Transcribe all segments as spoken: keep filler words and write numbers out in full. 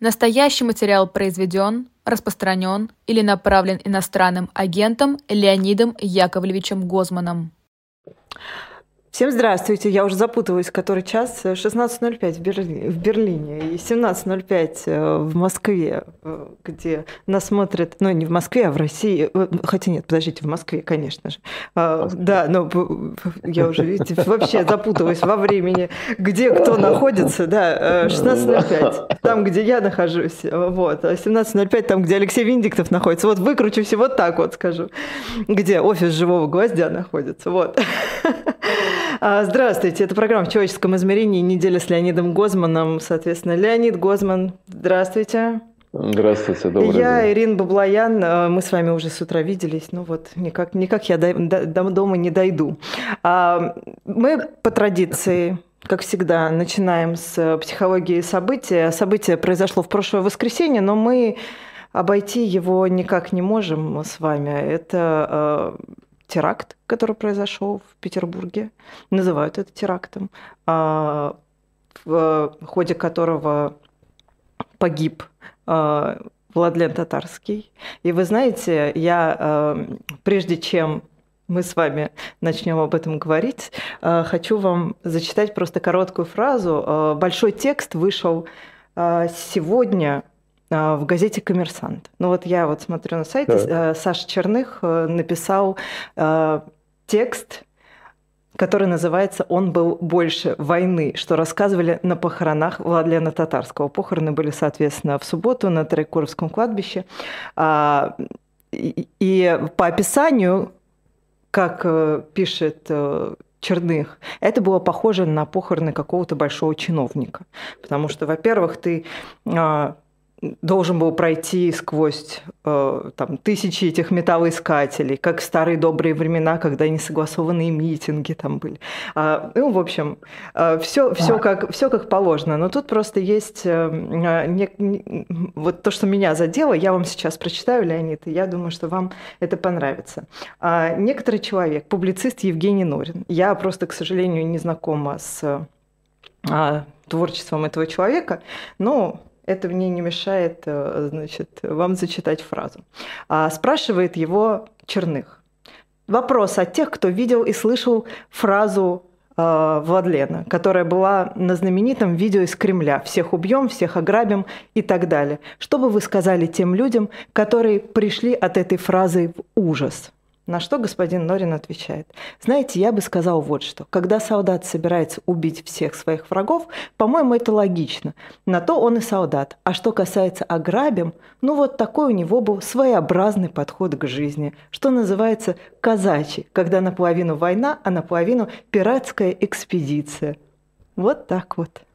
Настоящий материал произведен, распространен или направлен иностранным агентом Леонидом Яковлевичем Гозманом. Всем здравствуйте. Я уже запуталась, который час. шестнадцать ноль пять в, Берли... в Берлине и семнадцать ноль пять в Москве, где нас смотрят, ну, не в Москве, а в России. Хотя нет, подождите, в Москве, конечно же. Да, но я уже, видите, вообще запуталась во времени, где кто находится. Да, шестнадцать ноль пять, там, где я нахожусь. Вот. А семнадцать ноль пять, там, где Алексей Венедиктов находится. Вот выкручусь и вот так вот скажу. Где офис «Живого гвоздя» находится. Вот. Здравствуйте, это программа «В человеческом измерении. Неделя с Леонидом Гозманом». Соответственно, Леонид Гозман, здравствуйте. Здравствуйте, добрый я, день. Я, Ирина Баблоян, мы с вами уже с утра виделись, ну вот, никак, никак я до, до дома не дойду. Мы по традиции, как всегда, начинаем с психологии события. Событие произошло в прошлое воскресенье, но мы обойти его никак не можем с вами. Это теракт, который произошел в Петербурге, называют это терактом, в ходе которого погиб Владлен Татарский. И вы знаете, я, прежде чем мы с вами начнем об этом говорить, хочу вам зачитать просто короткую фразу. Большой текст вышел сегодня в газете «Коммерсант». Ну вот я вот смотрю на сайте, да. Саша Черных написал э, текст, который называется «Он был больше войны», что рассказывали на похоронах Владлена Татарского. Похороны были, соответственно, в субботу на Троекуровском кладбище. А, и, и по описанию, как пишет Черных, это было похоже на похороны какого-то большого чиновника. Потому что, во-первых, ты должен был пройти сквозь э, там, тысячи этих металлоискателей, как в старые добрые времена, когда несогласованные митинги там были. А, ну, в общем, э, все, все, как, все как положено. Но тут просто есть э, не, не, вот то, что меня задело, я вам сейчас прочитаю, Леонид, и я думаю, что вам это понравится. А, некоторый человек, публицист Евгений Норин, я просто, к сожалению, не знакома с а, творчеством этого человека, но это мне не мешает, значит, вам зачитать фразу. Спрашивает его Черных. Вопрос от тех, кто видел и слышал фразу Владлена, которая была на знаменитом видео из Кремля «Всех убьем, всех ограбим» и так далее. Что бы вы сказали тем людям, которые пришли от этой фразы в ужас? На что господин Норин отвечает. Знаете, я бы сказал вот что. Когда солдат собирается убить всех своих врагов, по-моему, это логично. На то он и солдат. А что касается ограбим, ну вот такой у него был своеобразный подход к жизни, что называется казачий, когда наполовину война, а наполовину пиратская экспедиция. Вот так вот.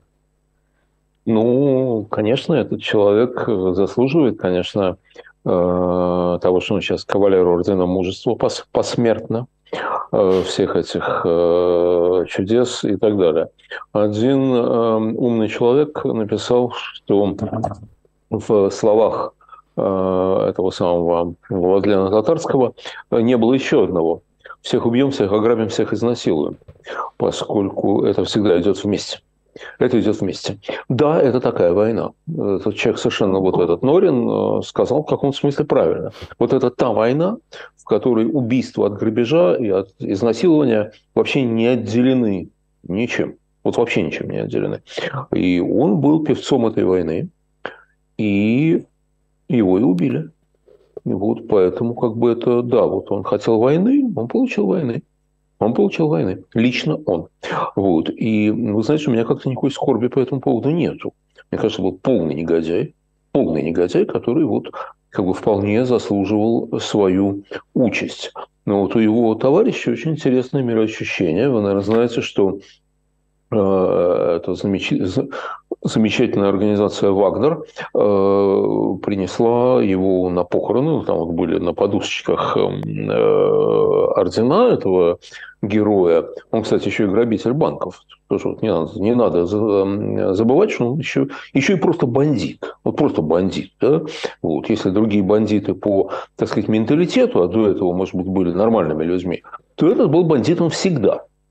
Ну, конечно, этот человек заслуживает, конечно, того, что он сейчас кавалер ордена мужества посмертно, всех этих чудес и так далее. Один умный человек написал, что в словах этого самого Владлена Татарского не было еще одного. Всех убьем, всех ограбим, всех изнасилуем, поскольку это всегда идет вместе. Это идет вместе. Да, это такая война. Этот человек совершенно, вот этот Норин, сказал в каком-то смысле правильно. Вот это та война, в которой убийство от грабежа и от изнасилования вообще не отделены ничем. Вот вообще ничем не отделены. И он был певцом этой войны, и его и убили. И вот поэтому как бы это, да, вот он хотел войны, он получил войны. Он получил войны. Лично он. Вот. И вы знаете, у меня как-то никакой скорби по этому поводу нету. Мне кажется, был полный негодяй. Полный негодяй, который вот как бы вполне заслуживал свою участь. Но вот у его товарища очень интересное мироощущение. Вы, наверное, знаете, что э, это замечательно... Замечательная организация «Вагнер» э, принесла его на похороны. Там вот были на подушечках э, ордена этого героя. Он, кстати, еще и грабитель банков. Тоже вот не надо, не надо забывать, что он еще, еще и просто бандит. Вот просто бандит. Да? Вот. Если другие бандиты по, так сказать, менталитету, а до этого, может быть, были нормальными людьми, то этот был бандитом всегда.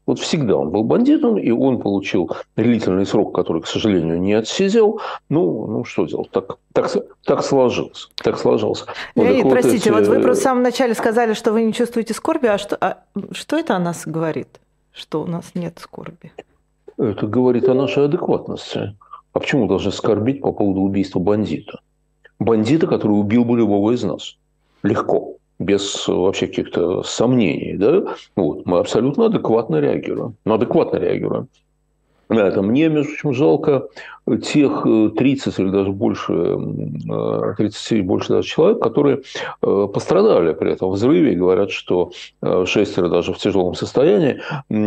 Вот всегда он был бандитом, и он получил длительный срок, который, к сожалению, не отсидел. Ну, ну что делать? Так, так, так сложилось. Так сложилось. Леонид, вот простите, эти... вот вы просто в самом начале сказали, что вы не чувствуете скорби. А что, а что это о нас говорит? Что у нас нет скорби? Это говорит о нашей адекватности. А почему должны скорбить по поводу убийства бандита? Бандита, который убил бы любого из нас. Легко. Без вообще каких-то сомнений. Да? Вот. Мы абсолютно адекватно реагируем. Мы адекватно реагируем. На это мне, между прочим, жалко тех тридцать или даже больше, тридцать, больше даже человек, которые пострадали при этом взрыве и говорят, что шестеро даже в тяжелом состоянии.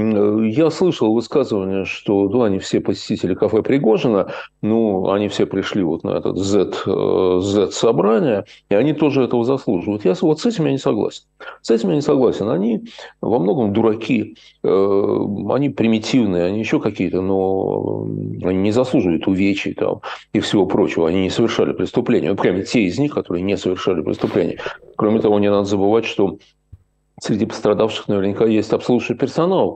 Я слышал высказывание, что ну, они все посетители кафе Пригожина, ну, они все пришли вот на этот Z-собрание, и они тоже этого заслуживают. Я вот с этим я не согласен. С этим я не согласен. Они во многом дураки, они примитивные, они еще какие-то, но они не заслуживают увечий там, и всего прочего. Они не совершали преступления. Вот прямо те из них, которые не совершали преступления. Кроме того, не надо забывать, что среди пострадавших наверняка есть обслуживающий персонал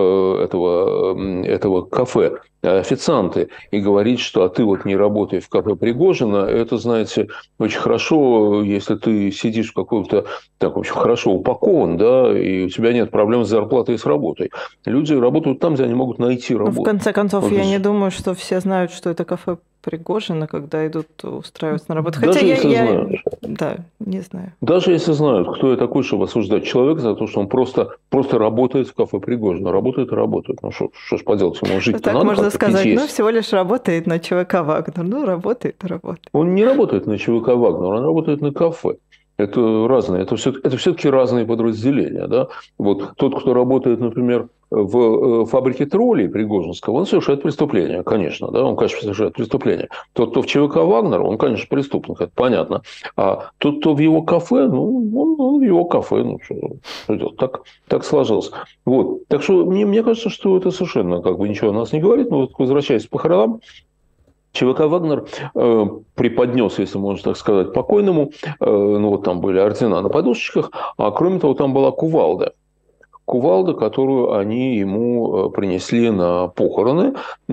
этого, этого кафе, официанты, и говорить, что а ты вот не работаешь в кафе Пригожина, это, знаете, очень хорошо, если ты сидишь в каком-то, так, в общем, хорошо упакован, да, и у тебя нет проблем с зарплатой и с работой. Люди работают там, где они могут найти работу. Ну, в конце концов, вот я же... не думаю, что все знают, что это кафе Пригожина, когда идут устраиваться на работу. Даже Хотя если я, знают. я... Да, не знаю. Даже если знают, кто я такой, чтобы осуждать человека за то, что он просто, просто работает в кафе Пригожина. Работает и работает. Ну, что, что ж поделать, ему жить-то так надо. Можно сказать, ну, есть. всего лишь работает на ЧВК «Вагнер». Ну, работает и работает. Он не работает на ЧВК «Вагнер», он работает на кафе. Это разные, это, все, это все-таки разные подразделения. Да? Вот тот, кто работает, например, в фабрике троллей Пригожинского, он совершает преступление, конечно. Да? Он, конечно, совершает преступление. Тот, кто в ЧВК «Вагнер», он, конечно, преступник, это понятно. А тот, кто в его кафе, ну, он, он в его кафе. Ну, что, что делать? Так, так сложилось. Вот. Так что мне, мне кажется, что это совершенно как бы ничего о нас не говорит. Но вот, возвращаясь к похоронам, ЧВК «Вагнер» э, преподнес, если можно так сказать, покойному. Э, ну, вот там были ордена на подушечках. А кроме того, там была кувалда. Кувалда, которую они ему принесли на похороны. Э,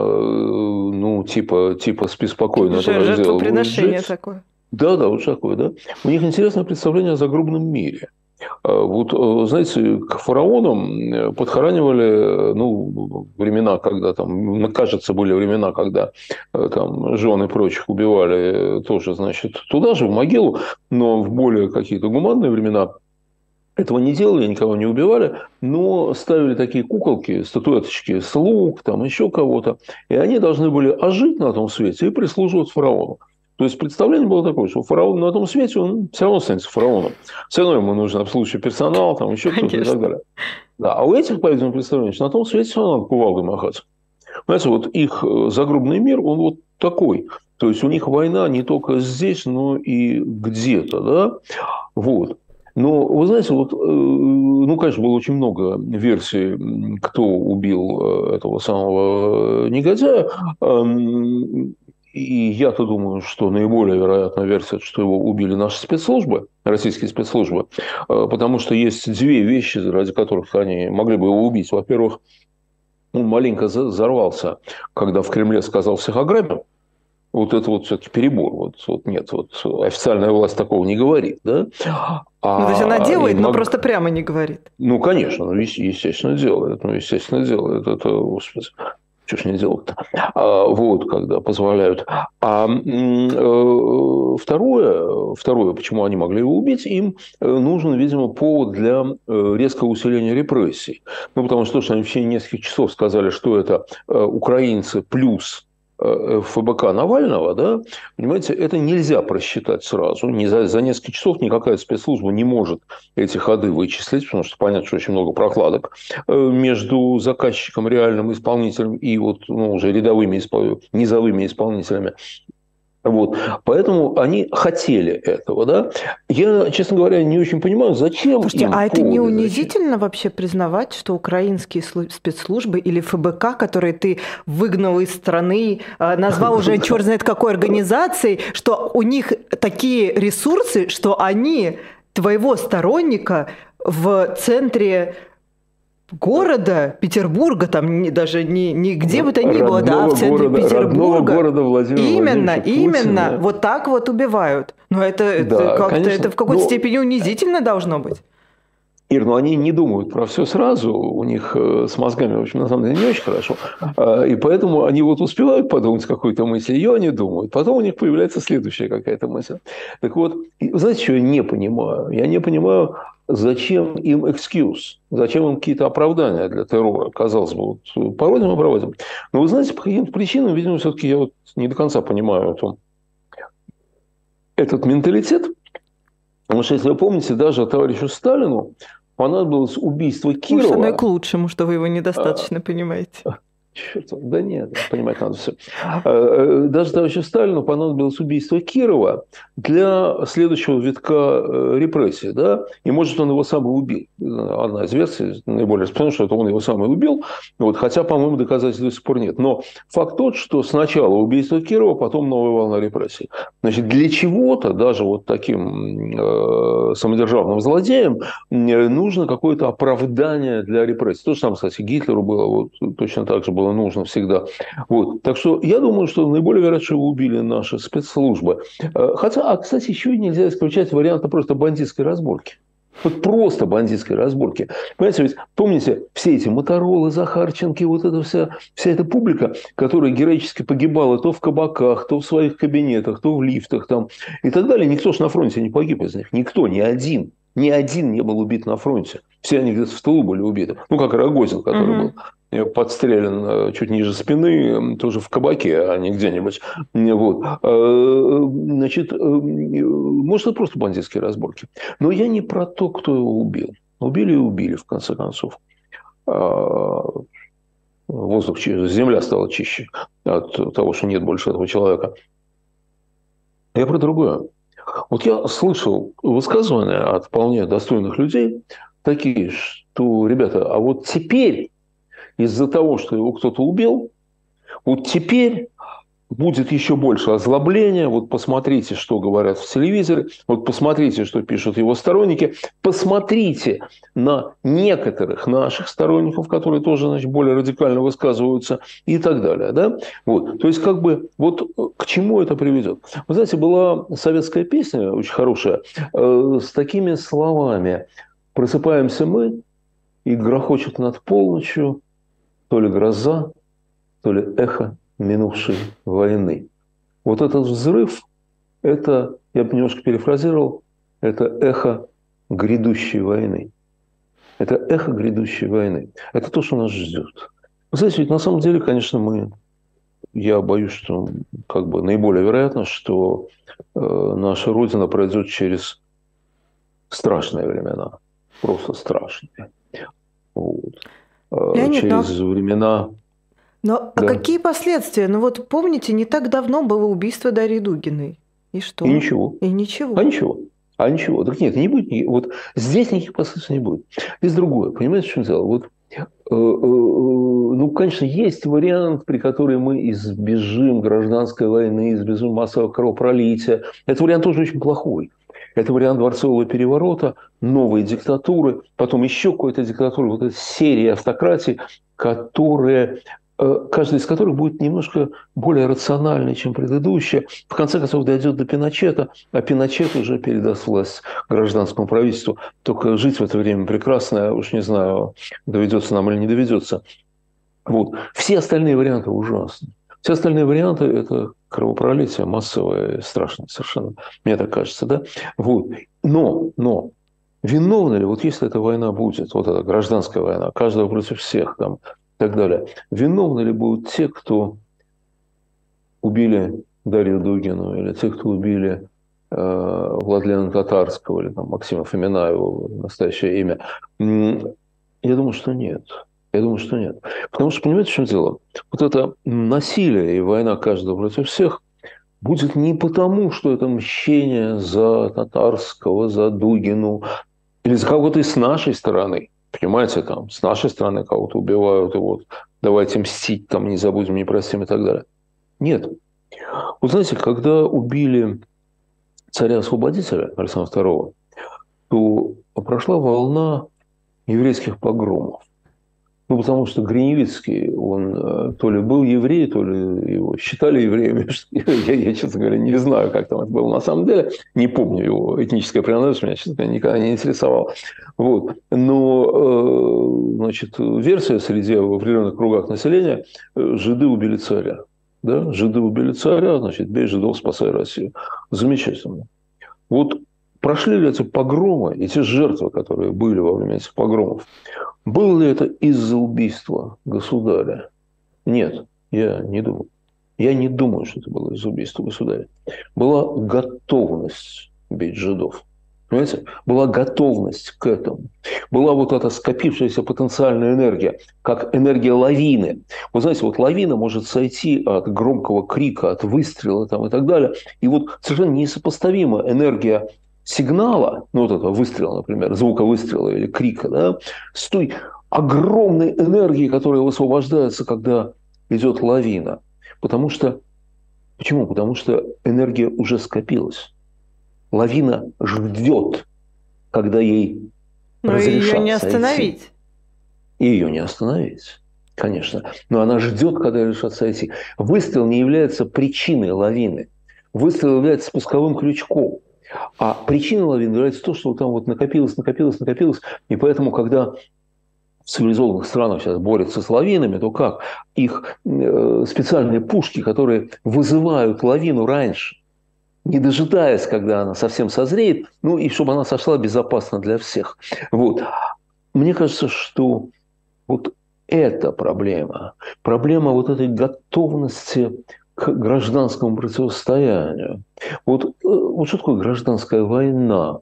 ну, типа, типа спи спокойно. Жертвоприношение такое. Да, да, вот такое, да. У них интересное представление о загробном мире. Вот, знаете, к фараонам подхоранивали, ну, времена, когда там, кажется, были времена, когда там жен и прочих убивали тоже, значит, туда же, в могилу, но в более какие-то гуманные времена этого не делали, никого не убивали, но ставили такие куколки, статуэточки слуг, там еще кого-то, и они должны были ожить на том свете и прислуживать фараону. То есть представление было такое, что фараон на том свете, он все равно останется фараоном. Все равно ему нужен обслуживающий персонал, там еще кто-то и так далее. Да, а у этих, по-видимому, представлений, что на том свете все равно надо кувалдой махать. Знаете, вот их загробный мир, он вот такой. То есть у них война не только здесь, но и где-то, да. Вот. Но, вы знаете, вот, ну, конечно, было очень много версий, кто убил этого самого негодяя. И я-то думаю, что наиболее вероятная версия, что его убили наши спецслужбы, российские спецслужбы, потому что есть две вещи, ради которых они могли бы его убить. Во-первых, он маленько взорвался, когда в Кремле сказал всех ограбим. Вот это вот все-таки перебор. Вот, вот нет, вот официальная власть такого не говорит, да? А, ну, то есть она делает, мог... но просто прямо не говорит. Ну, конечно, ну, естественно, делает. Ну, естественно, делает. Это, господи. Что ж не делать-то? А, вот, когда позволяют. А э, второе, второе, почему они могли его убить, им нужен, видимо, повод для резкого усиления репрессий. Ну, потому что, то, что они в течение нескольких часов сказали, что это украинцы плюс ФБК Навального, да, понимаете, это нельзя просчитать сразу. Не за, за несколько часов никакая спецслужба не может эти ходы вычислить, потому что понятно, что очень много прокладок между заказчиком, реальным исполнителем и вот, ну, уже рядовыми, низовыми исполнителями. Вот. Поэтому они хотели этого, да. Я, честно говоря, не очень понимаю, зачем. Слушайте, им а это не поводы, унизительно зачем? Вообще признавать, что украинские спецслужбы или ФБК, которые ты выгнал из страны, назвал уже черт знает какой организацией, что у них такие ресурсы, что они твоего сторонника в центре города Петербурга, там не, даже не, не где бы то ни было, да, а в центре города, Петербурга. Города Владимира именно, именно, Путина. Вот так вот убивают. Но это, это Да, как-то конечно. это в какой-то Но... степени унизительно должно быть. Ир, ну они не думают про все сразу, у них с мозгами, в общем, на самом деле не очень хорошо, и поэтому они вот успевают подумать какую-то мысль, ее они думают, потом у них появляется следующая какая-то мысль. Так вот, знаете, что я не понимаю? Я не понимаю, зачем им excuse, зачем им какие-то оправдания для террора, казалось бы, вот проводим и проводим. Но вы знаете, по каким-то причинам, видимо, все-таки я вот не до конца понимаю эту, этот менталитет, потому что, если вы помните, даже товарищу Сталину понадобилось убийство Кирова. Может, оно и к лучшему, что вы его недостаточно а, понимаете. Черт, да нет, понимать надо все. Даже товарищу Сталину понадобилось убийство Кирова для следующего витка репрессий. Да? И, может, он его сам и убил. Одна из версий, наиболее распространенная, что это он его сам и убил. Вот, хотя, по-моему, доказательств до сих пор нет. Но факт тот, что сначала убийство Кирова, потом новая волна репрессий. Значит, для чего-то, даже вот таким э, самодержавным злодеям, нужно какое-то оправдание для репрессий. То же самое, кстати, Гитлеру было вот, точно так же было нужно всегда. Вот. Так что я думаю, что наиболее вероятно, что его убили наши спецслужбы. Хотя, а, кстати, еще и нельзя исключать варианта просто бандитской разборки. Вот просто бандитской разборки. Понимаете, ведь помните, все эти Моторолы, Захарченки, вот эта вся, вся эта публика, которая героически погибала то в кабаках, то в своих кабинетах, то в лифтах там, и так далее. Никто же на фронте не погиб из них. Никто, ни один. Ни один не был убит на фронте. Все они где-то в тылу были убиты. Ну, как Рогозин, который uh-huh. был подстрелен чуть ниже спины, тоже в кабаке, а не где-нибудь. Вот. Значит, может, это просто бандитские разборки. Но я не про то, кто его убил. Убили и убили, в конце концов. Воздух, земля стала чище от того, что нет больше этого человека. Я про другое. Вот я слышал высказывания от вполне достойных людей, такие, что, ребята, а вот теперь из-за того, что его кто-то убил, вот теперь будет еще больше озлобления. Вот посмотрите, что говорят в телевизоре, вот посмотрите, что пишут его сторонники, посмотрите на некоторых наших сторонников, которые тоже, значит, более радикально высказываются и так далее. Да? Вот. То есть, как бы, вот к чему это приведет? Вы знаете, была советская песня, очень хорошая, э, с такими словами: «Просыпаемся мы, и грохочет над полночью то ли гроза, то ли эхо минувшей войны». Вот этот взрыв, это, я бы немножко перефразировал, это эхо грядущей войны. Это эхо грядущей войны. Это то, что нас ждет. Вы знаете, ведь на самом деле, конечно, мы, я боюсь, что как бы наиболее вероятно, что э, наша Родина пройдет через страшные времена. Просто страшные. Вот. Леонид, через но... времена... Но да. А какие последствия? Ну вот помните, не так давно было убийство Дарьи Дугиной. И что? И ничего. И ничего. А ничего. А ничего. Так нет, не будет. Вот здесь никаких последствий не будет. Здесь другое. Понимаете, в чем дело? Вот, э, э, ну, конечно, есть вариант, при котором мы избежим гражданской войны, избежим массового кровопролития. Этот вариант тоже очень плохой. Это вариант дворцового переворота, новой диктатуры, потом еще какой-то диктатуры, вот эта серия автократий, которые, каждая из которых будет немножко более рациональной, чем предыдущая. В конце концов, дойдет до Пиночета, а Пиночет уже передаст власть гражданскому правительству. Только жить в это время прекрасно, уж не знаю, доведется нам или не доведется. Вот. Все остальные варианты ужасны. Все остальные варианты – это кровопролитие массовое, страшное совершенно, мне так кажется, да? Вот. Но, но, виновны ли, вот если эта война будет, вот эта гражданская война, каждого против всех там, и так далее, виновны ли будут те, кто убили Дарью Дугину, или те, кто убили э, Владлена Татарского, или там, Максима Фомина, его настоящее имя? Я думаю, что нет. Я думаю, что нет. Потому что, понимаете, в чем дело? Вот это насилие и война каждого против всех будет не потому, что это мщение за Татарского, за Дугину, или за кого-то с нашей стороны. Понимаете, там, с нашей стороны кого-то убивают, и вот давайте мстить, там, не забудем, не простим и так далее. Нет. Вот знаете, когда убили царя-освободителя Александра второго, то прошла волна еврейских погромов. Ну, потому что Гриневицкий, он то ли был еврей, то ли его считали евреем. Я, я, честно говоря, не знаю, как там это было на самом деле. Не помню его этническая принадлежность, меня, честно говоря, никогда не интересовало. Вот. Но, значит, версия среди в определенных кругах населения – жиды убили царя. Да? Жиды убили царя, значит, бей жидов, спасай Россию. Замечательно. Вот прошли ли эти погромы, эти жертвы, которые были во время этих погромов, было ли это из-за убийства государя? Нет, я не думаю. Я не думаю, что это было из-за убийства государя. Была готовность бить жидов. Понимаете? Была готовность к этому. Была вот эта скопившаяся потенциальная энергия, как энергия лавины. Вы знаете, вот лавина может сойти от громкого крика, от выстрела там, и так далее. И вот совершенно несопоставима энергия сигнала, ну вот этого выстрела, например, звука выстрела или крика, да, с той огромной энергией, которая высвобождается, когда идет лавина. Потому что, почему? Потому что энергия уже скопилась. Лавина ждет, когда ей Но разрешат ее не сойти. остановить. И ее не остановить, конечно. Но она ждет, когда ей разрешат сойти. Выстрел не является причиной лавины. Выстрел является спусковым крючком. А причиной лавины является то, что там вот накопилось, накопилось, накопилось. И поэтому, когда в цивилизованных странах сейчас борются с лавинами, то как? Их э, специальные пушки, которые вызывают лавину раньше, не дожидаясь, когда она совсем созреет, ну и чтобы она сошла безопасно для всех. Вот. Мне кажется, что вот эта проблема, проблема вот этой готовности к гражданскому противостоянию. Вот, вот что такое гражданская война?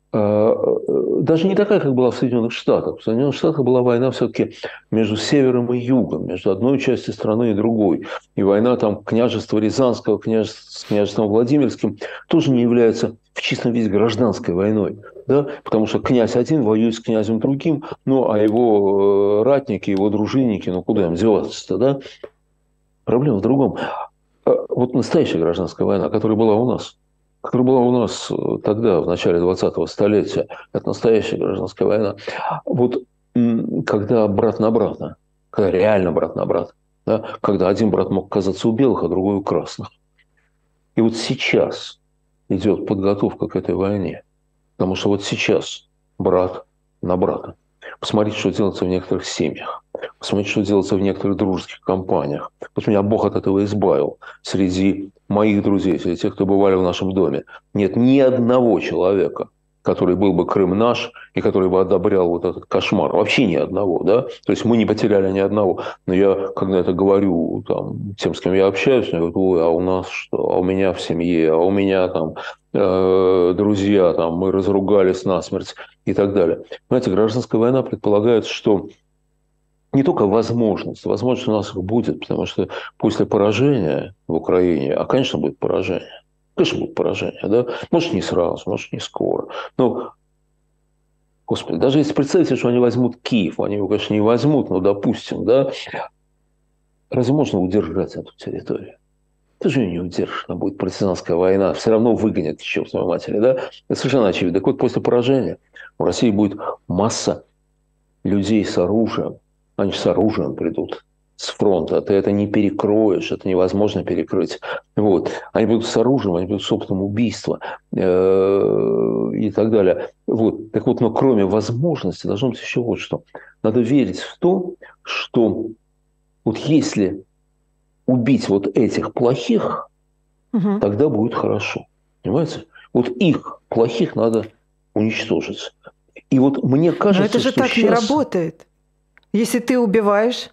Даже не такая, как была в Соединенных Штатах. В Соединенных Штатах была война все-таки между севером и югом, между одной частью страны и другой. И война там княжества Рязанского, княжества с княжеством Владимирским тоже не является в чистом виде гражданской войной. Да? Потому что князь один воюет с князем другим, ну а его ратники, его дружинники, ну куда им деваться-то, да? Проблема в другом. Вот настоящая гражданская война, которая была у нас, которая была у нас тогда, в начале двадцатого столетия, это настоящая гражданская война. Вот когда брат на брата, когда реально брат на брата, да, когда один брат мог оказаться у белых, а другой у красных. И вот сейчас идет подготовка к этой войне. Потому что вот сейчас брат на брата. Посмотрите, что делается в некоторых семьях. Посмотрите, что делается в некоторых дружеских компаниях. Вот меня Бог от этого избавил. Среди моих друзей, среди тех, кто бывали в нашем доме, нет ни одного человека, который был бы Крым наш и который бы одобрял вот этот кошмар. Вообще ни одного, да? То есть мы не потеряли ни одного. Но я, когда это говорю там, тем, с кем я общаюсь, я говорю, ой, а у нас что? А у меня в семье, а у меня там э, друзья, там, мы разругались насмерть и так далее. Понимаете, гражданская война предполагает, что не только возможность, возможность у нас их будет, потому что после поражения в Украине, а, конечно, будет поражение, конечно, будет поражение, да, может, не сразу, может, не скоро, но, господи, даже если представить, что они возьмут Киев, они его, конечно, не возьмут, но, допустим, да, разве можно удержать эту территорию? Ты же ее не удержишь, она будет партизанская война, все равно выгонят к чертовой матери, да, это совершенно очевидно. Так вот, после поражения в России будет масса людей с оружием. Они с оружием придут с фронта. Ты это не перекроешь, это невозможно перекрыть. Вот. Они будут с оружием, они будут с опытом убийства и так далее. Вот. Так вот, но кроме возможности должно быть еще вот что. Надо верить в то, что вот если убить вот этих плохих, угу. тогда будет хорошо. Понимаете? Вот их плохих надо уничтожить. И вот мне кажется, но это же что так сейчас... не работает. Если ты убиваешь,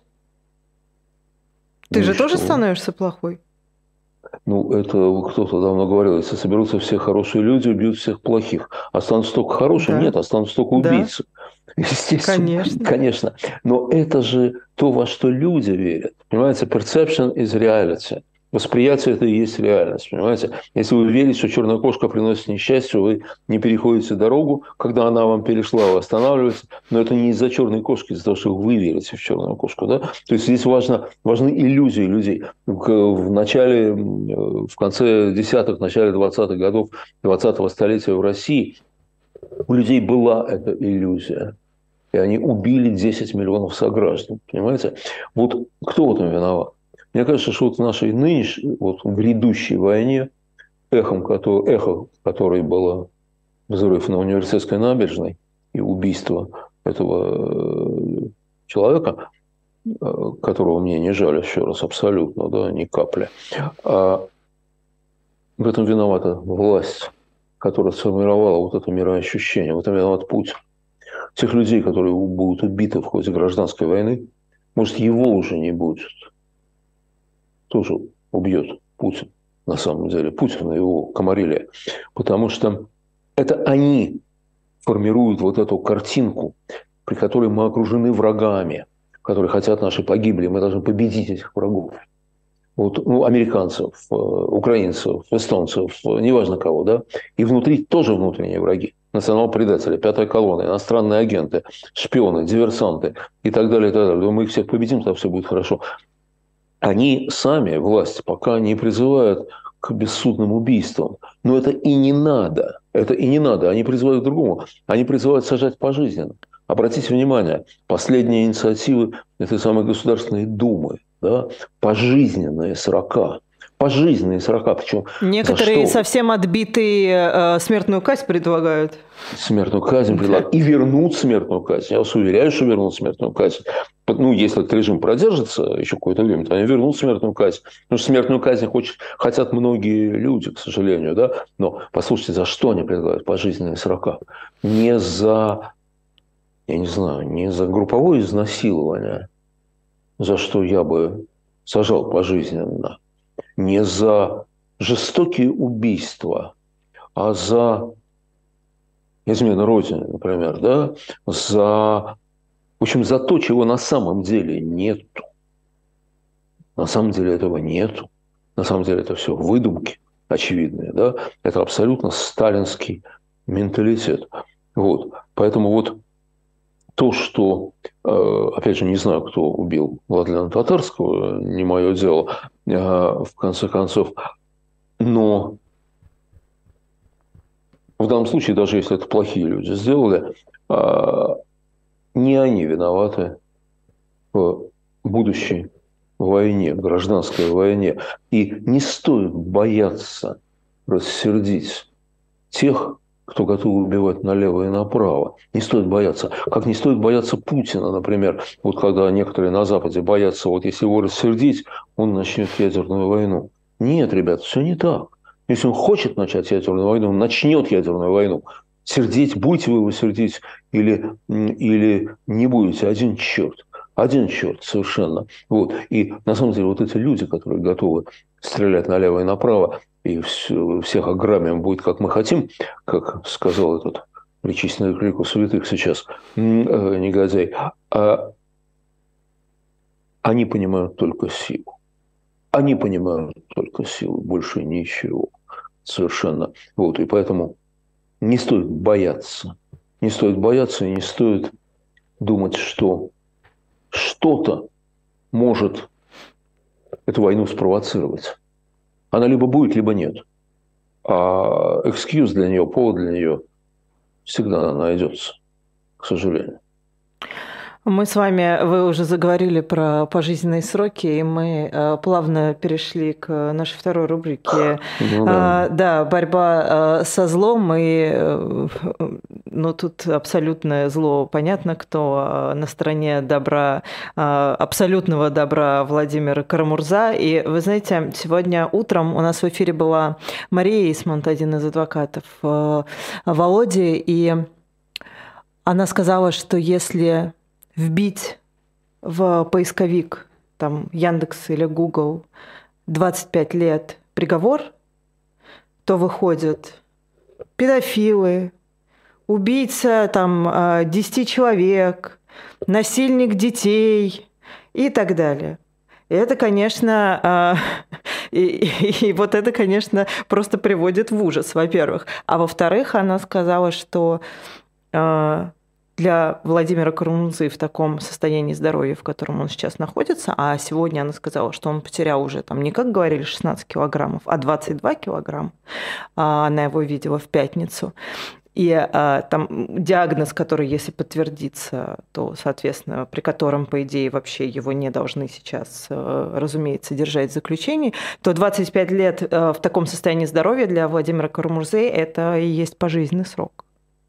ты ну же тоже что? становишься плохой. Ну, это кто-то давно говорил, если соберутся все хорошие люди, убьют всех плохих. Останутся только хорошие? Да. Нет, останутся только убийцы. Да. Естественно. Конечно. Конечно. Но это же то, во что люди верят. Понимаете, perception is reality. Восприятие – это и есть реальность, понимаете? Если вы верите, что черная кошка приносит несчастье, вы не переходите дорогу, когда она вам перешла, вы останавливаетесь, но это не из-за черной кошки, из-за того, что вы верите в черную кошку, да? То есть здесь важно, важны иллюзии людей. В начале, в конце десятых, в начале двадцатых годов двадцатого столетия в России у людей была эта иллюзия. и они убили десять миллионов сограждан. Понимаете? Вот кто в этом виноват? Мне кажется, что вот в нашей нынешней, вот грядущей войне, эхом, который, эхо которой было взрыв на Университетской набережной и убийство этого человека, которого мне не жаль, еще раз, абсолютно, да, ни капли. А в этом виновата власть, которая сформировала вот это мироощущение. В этом виноват Путин. Тех людей, которые будут убиты в ходе гражданской войны, может, его уже не будет. Тоже убьет Путин, на самом деле. Путин и его комарилия. Потому что это они формируют вот эту картинку, при которой мы окружены врагами, которые хотят нашей погибели. Мы должны победить этих врагов. Вот, ну, американцев, украинцев, эстонцев, неважно кого, да. И внутри тоже внутренние враги. Национал-предатели, пятая колонна, иностранные агенты, шпионы, диверсанты и так далее, и так далее. Мы их всех победим, тогда все будет хорошо. Они сами, власть, пока не призывают к бессудным убийствам. Но это и не надо. Это и не надо. Они призывают к другому. Они призывают сажать пожизненно. Обратите внимание, последние инициативы этой самой Государственной Думы, да, пожизненные срока. Пожизненные срока. Причем некоторые совсем отбитые э, смертную казнь предлагают. Смертную казнь предлагают. И вернут смертную казнь. Я вас уверяю, что вернут смертную казнь. Ну, если этот режим продержится еще какое-то время, то они вернут смертную казнь. Потому что смертную казнь хочет, хотят многие люди, к сожалению. Да? Но послушайте, за что они предлагают пожизненные срока? Не за, я не знаю, не за групповое изнасилование, за что я бы сажал пожизненно. Не за жестокие убийства, а за измену Родине, например, да? За, в общем, за то, чего на самом деле нету. На самом деле этого нету. На самом деле это все выдумки очевидные, да? Это абсолютно сталинский менталитет. Вот. Поэтому вот то, что, опять же, не знаю, кто убил Владлена Татарского, не мое дело, в конце концов, но в данном случае, даже если это плохие люди сделали, не они виноваты в будущей войне, гражданской войне. И не стоит бояться рассердить тех, кто готов убивать налево и направо. Не стоит бояться. Как не стоит бояться Путина, например. Вот когда некоторые на Западе боятся, вот если его рассердить, он начнет ядерную войну. Нет, ребят, все не так. Если он хочет начать ядерную войну, он начнет ядерную войну. Сердить, будете вы его сердить или, или не будете, один черт. Один черт совершенно. Вот. И на самом деле вот эти люди, которые готовы стрелять налево и направо, и всех ограбим будет, как мы хотим, как сказал этот причисленный к лику святых сейчас негодяй, а они понимают только силу. Они понимают только силу, больше ничего. Совершенно. Вот. И поэтому не стоит бояться. Не стоит бояться и не стоит думать, что что-то может эту войну спровоцировать. Она либо будет, либо нет. А экскьюз для нее, повод для нее всегда найдется, к сожалению. Мы с вами, вы уже заговорили про пожизненные сроки, и мы э, плавно перешли к нашей второй рубрике. Ну, да. Э, да, борьба э, со злом. И, э, ну, тут абсолютное зло. Понятно, кто на стороне добра, э, абсолютного добра Владимир Карамурза. И вы знаете, сегодня утром у нас в эфире была Мария Исмонт, один из адвокатов э, Володи, и она сказала, что если вбить в поисковик там Яндекс или Google двадцать пять лет приговор, то выходят педофилы, убийца там десять человек, насильник детей и так далее. И это, конечно, и, и, и вот это, конечно, просто приводит в ужас, во-первых. А во-вторых, она сказала, что для Владимира Карамурзы в таком состоянии здоровья, в котором он сейчас находится, а сегодня она сказала, что он потерял уже, там, не как говорили, шестнадцать килограммов, а двадцать два килограмма, она его видела в пятницу, и а, там диагноз, который, если подтвердится, то, соответственно, при котором, по идее, вообще его не должны сейчас, разумеется, держать в заключении, то двадцать пять лет в таком состоянии здоровья для Владимира Карамурзы – это и есть пожизненный срок.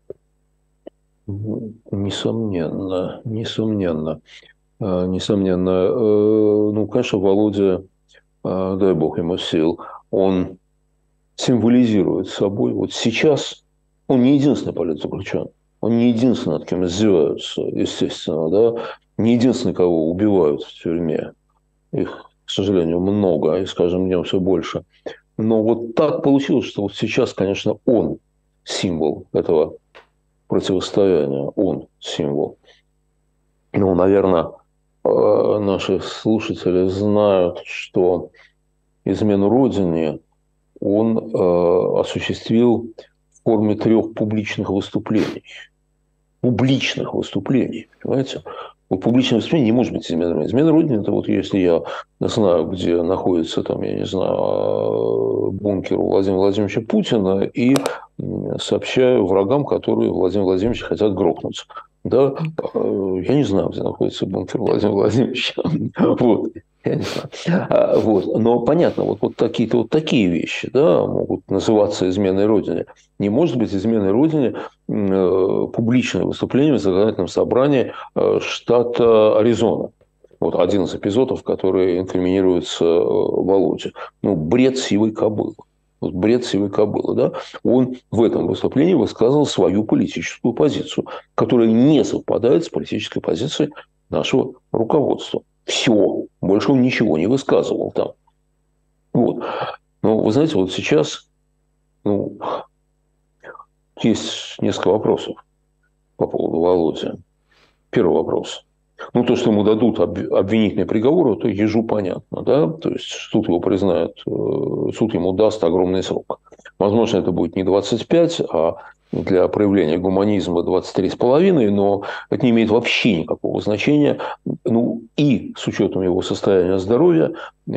Несомненно, несомненно. Несомненно. Ну, конечно, Володя, дай бог ему сил, он символизирует собой. Вот сейчас он не единственный политзаключенный. Он не единственный, над кем издеваются, естественно, да. Не единственный, кого убивают в тюрьме. Их, к сожалению, много, и с каждым днем все больше. Но вот так получилось, что вот сейчас, конечно, он символ этого противостояния. Он символ. Ну, наверное, наши слушатели знают, что измену Родине он э, осуществил в форме трех публичных выступлений. Публичных выступлений, понимаете? Вот публичное выступление не может быть изменой. Измена Родине – это вот если я знаю, где находится, там, я не знаю, бункер у Владимира Владимировича Путина, и сообщаю врагам, которые Владимира Владимировича хотят грохнуть. Да? Я не знаю, где находится бункер Владимира Владимировича. Вот. Я не знаю. Вот. Но понятно, вот, вот такие-то вот такие вещи, да, могут называться изменой Родине. Не может быть изменой Родине э, публичное выступление в законодательном собрании э, штата Аризона. Вот один из эпизодов, который инкриминируется э, Володе. Ну, бред сивой кобылы. Вот бред сивой кобылы, да. Он в этом выступлении высказывал свою политическую позицию, которая не совпадает с политической позицией нашего руководства. Все. Больше он ничего не высказывал там. Вот. Но вы знаете, вот сейчас ну, есть несколько вопросов по поводу Володи. Первый вопрос. Ну, то, что ему дадут обвинительный приговор, то ежу понятно, да? То есть суд его признает, суд ему даст огромный срок. Возможно, это будет не двадцать пять, а для проявления гуманизма двадцать три с половиной, но это не имеет вообще никакого значения. Ну, и с учетом его состояния здоровья,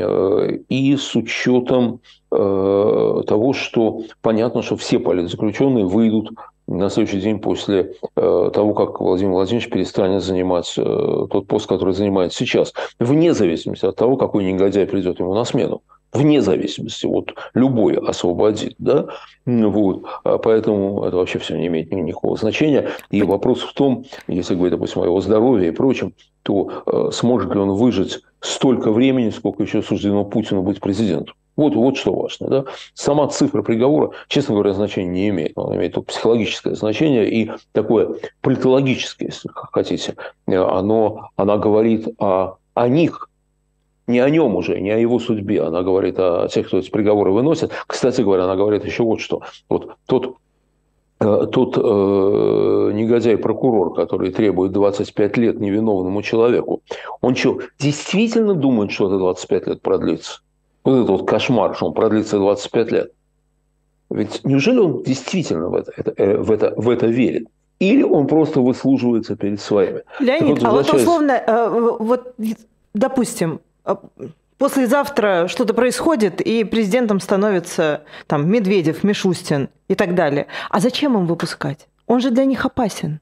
и с учетом того, что понятно, что все политзаключенные выйдут на следующий день после того, как Владимир Владимирович перестанет занимать тот пост, который занимает сейчас, вне зависимости от того, какой негодяй придет ему на смену. Вне зависимости, вот любой освободит, да, вот, поэтому это вообще все не имеет никакого значения. И вопрос в том, если говорить, допустим, о его здоровье и прочем, то э, сможет ли он выжить столько времени, сколько еще суждено Путину быть президентом. Вот, вот что важно. Да? Сама цифра приговора, честно говоря, значения не имеет. Она имеет только психологическое значение и такое политологическое, если хотите. Оно, она говорит о, о них, не о нем уже, не о его судьбе. Она говорит о тех, кто эти приговоры выносит. Кстати говоря, она говорит еще вот что. Вот тот, тот э, негодяй-прокурор, который требует двадцать пять лет невиновному человеку, он что, действительно думает, что это двадцать пять лет продлится? Вот этот вот кошмар, что он продлится двадцать пять лет. Ведь неужели он действительно в это, это, в это, в это верит? Или он просто выслуживается перед своими? Леонид, вот, а вот условно, вот, допустим, послезавтра что-то происходит, и президентом становится там Медведев, Мишустин и так далее. А зачем им выпускать? Он же для них опасен.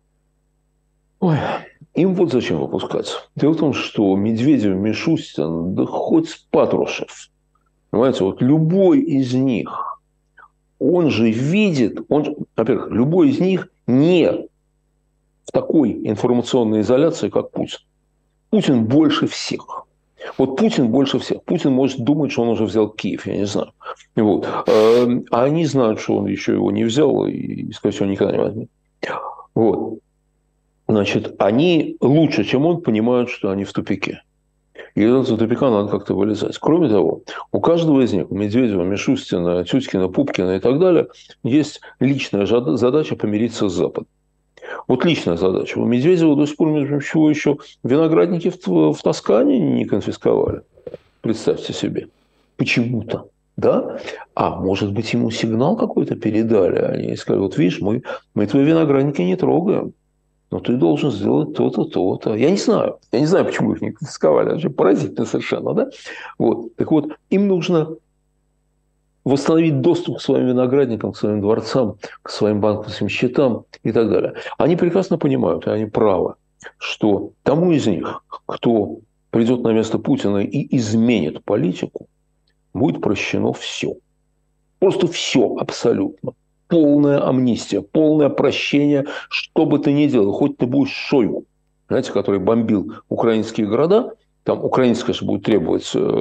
Ой, им вот зачем выпускаться. Дело в том, что Медведев, Мишустин, да хоть Патрушев, понимаете, вот любой из них, он же видит, он, во-первых, любой из них не в такой информационной изоляции, как Путин. Путин больше всех. Вот Путин больше всех. Путин может думать, что он уже взял Киев, я не знаю. Вот. А они знают, что он еще его не взял и, скорее всего, никогда не возьмет. Вот. Значит, они лучше, чем он, понимают, что они в тупике. И из этого тупика надо как-то вылезать. Кроме того, у каждого из них, у Медведева, Мишустина, Тюткина, Пупкина и так далее, есть личная задача помириться с Западом. Вот личная задача. У Медведева до сих пор, между прочим, чего еще виноградники в, в Тоскане не конфисковали. Представьте себе. Почему-то. Да? А может быть, ему сигнал какой-то передали. Они сказали, вот видишь, мы, мы твои виноградники не трогаем. Но ты должен сделать то-то, то-то. Я не знаю. Я не знаю, почему их не конфисковали. Это же поразительно совершенно. Да? Вот. Так вот, им нужно восстановить доступ к своим виноградникам, к своим дворцам, к своим банковским счетам и так далее. Они прекрасно понимают, и они правы, что тому из них, кто придет на место Путина и изменит политику, будет прощено все. Просто все абсолютно. Полная амнистия, полное прощение, что бы ты ни делал. Хоть ты будешь Шойгу, знаете, который бомбил украинские города, там украинцы, конечно, будут требовать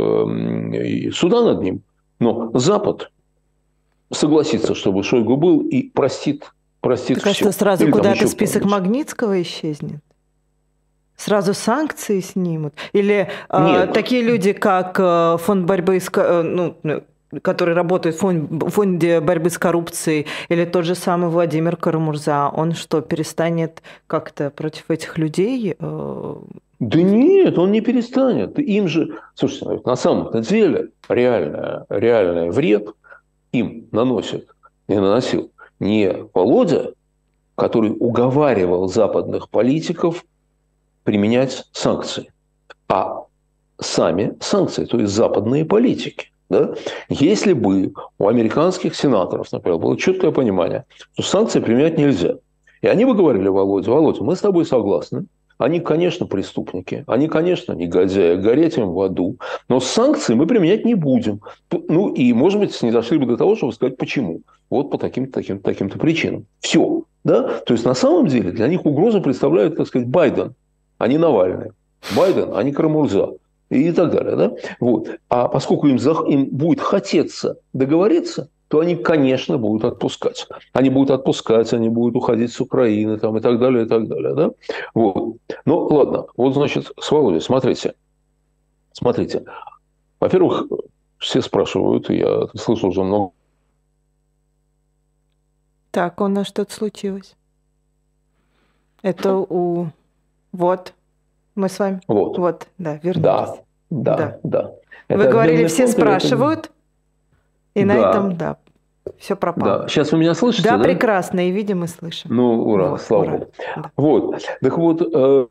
суда над ним, но Запад согласится, чтобы Шойгу был, и простит, простит так, все. А что, сразу куда-то список Магнитского исчезнет? Сразу санкции снимут? Или э, такие люди, как э, фонд борьбы с... Э, ну, который работает в фонде, фонде борьбы с коррупцией, или тот же самый Владимир Карамурза, он что, перестанет как-то против этих людей? Э... Да нет, он не перестанет. Им же, слушайте, на самом деле реальный, реальный вред им наносит, не наносил не Володя, который уговаривал западных политиков применять санкции, а сами санкции, то есть западные политики. Да? Если бы у американских сенаторов, например, было четкое понимание, что санкции применять нельзя, и они бы говорили Володе: Володя, мы с тобой согласны, они, конечно, преступники, они, конечно, негодяи, гореть им в аду, но санкции мы применять не будем. Ну, и, может быть, не дошли бы до того, чтобы сказать, почему. Вот по таким-то, таким-то, таким-то причинам. Все. Да? То есть, на самом деле, для них угрозу представляет, так сказать, Байден, а не Навальный. Байден, а не Карамурза. И так далее. Да? Вот. А поскольку им, им будет хотеться договориться, то они, конечно, будут отпускать. Они будут отпускать, они будут уходить с Украины там, и так далее, и так далее. Да? Вот. Ну, ладно. Вот, значит, с Володей, смотрите. Смотрите. Во-первых, все спрашивают, и я слышал уже много. Так, у нас что-то случилось. Это у... Вот. Мы с вами. Вот. Вот, да, вернулись. Да, да, да. да. Вы это говорили, все спрашивают, это... и да. на этом, да, все пропало. Да. Сейчас вы меня слышите, да? Да, прекрасно, и видим, и слышим. Ну, ура, вот, слава ура. Богу. Да. Вот, так вот... Э...